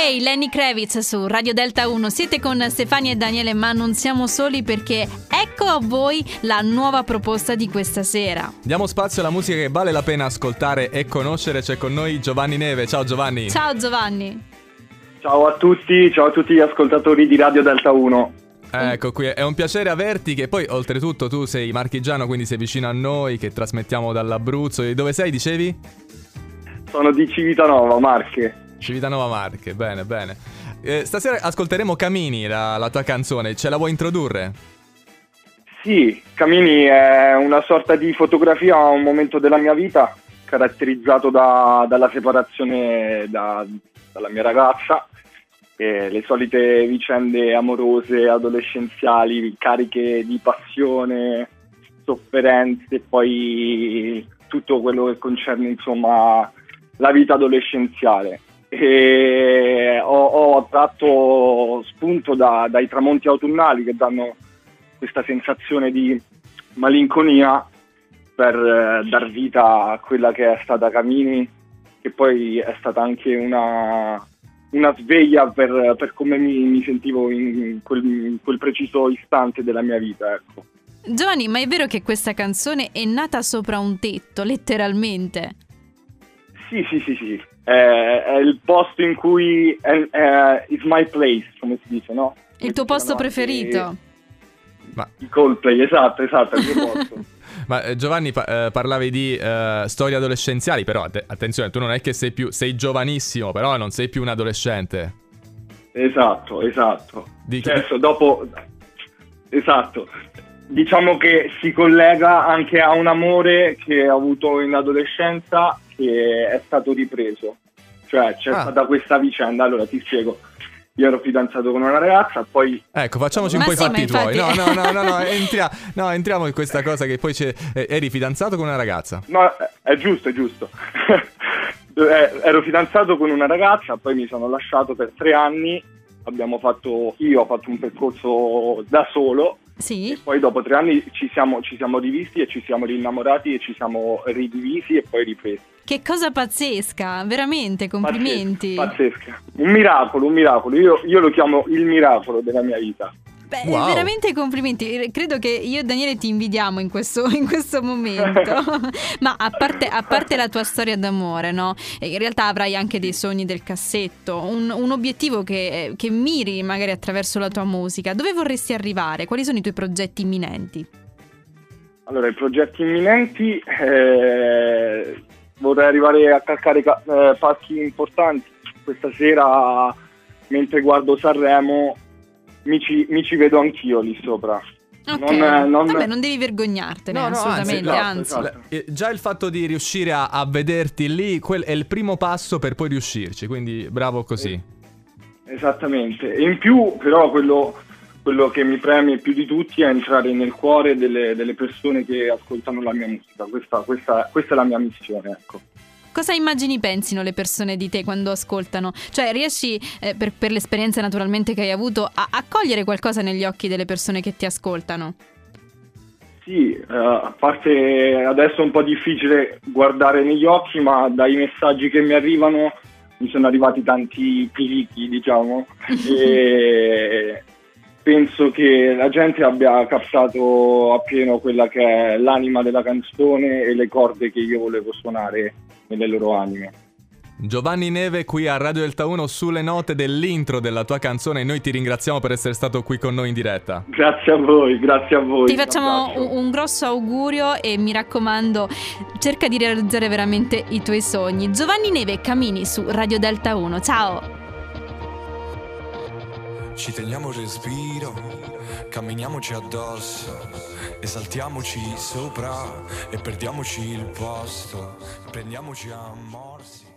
lei, Lenny Kravitz su Radio Delta 1. Siete con Stefania e Daniele, ma non siamo soli perché ecco a voi la nuova proposta di questa sera. Diamo spazio alla musica che vale la pena ascoltare e conoscere. C'è con noi Giovanni Neve. Ciao Giovanni. Ciao Giovanni. Ciao a tutti gli ascoltatori di Radio Delta 1. Ecco qui, è un piacere averti, che poi oltretutto tu sei marchigiano, quindi sei vicino a noi, che trasmettiamo dall'Abruzzo. E dove sei, dicevi? Sono di Civitanova, Marche. Civitanova Marche, bene, bene. Stasera ascolteremo Camini, la tua canzone, ce la vuoi introdurre? Sì, Camini è una sorta di fotografia a un momento della mia vita caratterizzato dalla separazione dalla mia ragazza, e le solite vicende amorose, adolescenziali, cariche di passione, sofferenze e poi tutto quello che concerne insomma la vita adolescenziale. E ho tratto spunto dai tramonti autunnali che danno questa sensazione di malinconia per dar vita a quella che è stata Camini, che poi è stata anche una sveglia per come mi sentivo in quel preciso istante della mia vita, ecco. Giovanni, ma è vero che questa canzone è nata sopra un tetto, letteralmente? Sì. È il posto in cui it's my place, come si dice, no? Il tuo posto preferito? I Coldplay, esatto, è il mio posto. Ma Giovanni, parlavi di storie adolescenziali, però attenzione, tu non è che sei giovanissimo, però non sei più un adolescente. Esatto. Certo, dopo... Esatto. Diciamo che si collega anche a un amore che ho avuto in adolescenza che è stato ripreso. Cioè c'è stata questa vicenda, allora ti spiego. Io ero fidanzato con una ragazza, poi... Ecco, facciamoci un po' i fatti tuoi. No, entriamo in questa cosa che poi eri fidanzato con una ragazza. No, è giusto. Ero fidanzato con una ragazza, poi mi sono lasciato per 3 anni, io ho fatto un percorso da solo. Sì. E poi dopo 3 anni ci siamo rivisti e ci siamo rinnamorati e ci siamo ridivisi e poi ripresi. Che cosa pazzesca, veramente, complimenti. Pazzesca. Un miracolo. Io lo chiamo il miracolo della mia vita. Beh, wow. Veramente complimenti. Credo che io e Daniele ti invidiamo in questo momento. Ma a parte la tua storia d'amore, no? In realtà avrai anche dei sogni del cassetto, un obiettivo che miri magari attraverso la tua musica. Dove vorresti arrivare? Quali sono i tuoi progetti imminenti? Allora, i progetti imminenti... vorrei arrivare a calcare palchi importanti. Questa sera, mentre guardo Sanremo, mi ci vedo anch'io lì sopra. Ok, vabbè, non devi vergognartene, assolutamente, anzi. Esatto. Già il fatto di riuscire a vederti lì è il primo passo per poi riuscirci, quindi bravo così. Esattamente. E in più, però, quello che mi preme più di tutti è entrare nel cuore delle persone che ascoltano la mia musica. Questa è la mia missione, ecco. Cosa immagini pensino le persone di te quando ascoltano? Cioè riesci, per l'esperienza naturalmente che hai avuto, a cogliere qualcosa negli occhi delle persone che ti ascoltano? Sì, a parte adesso è un po' difficile guardare negli occhi, ma dai messaggi che mi arrivano mi sono arrivati tanti clichi, diciamo, e penso che la gente abbia captato appieno quella che è l'anima della canzone e le corde che io volevo suonare nelle loro anime. Giovanni Neve qui a Radio Delta 1 sulle note dell'intro della tua canzone, e noi ti ringraziamo per essere stato qui con noi in diretta. Grazie a voi. Ti facciamo un grosso augurio e mi raccomando, cerca di realizzare veramente i tuoi sogni. Giovanni Neve, Camini su Radio Delta 1. Ciao! Ci teniamo il respiro, camminiamoci addosso, esaltiamoci sopra e perdiamoci il posto, prendiamoci a morsi.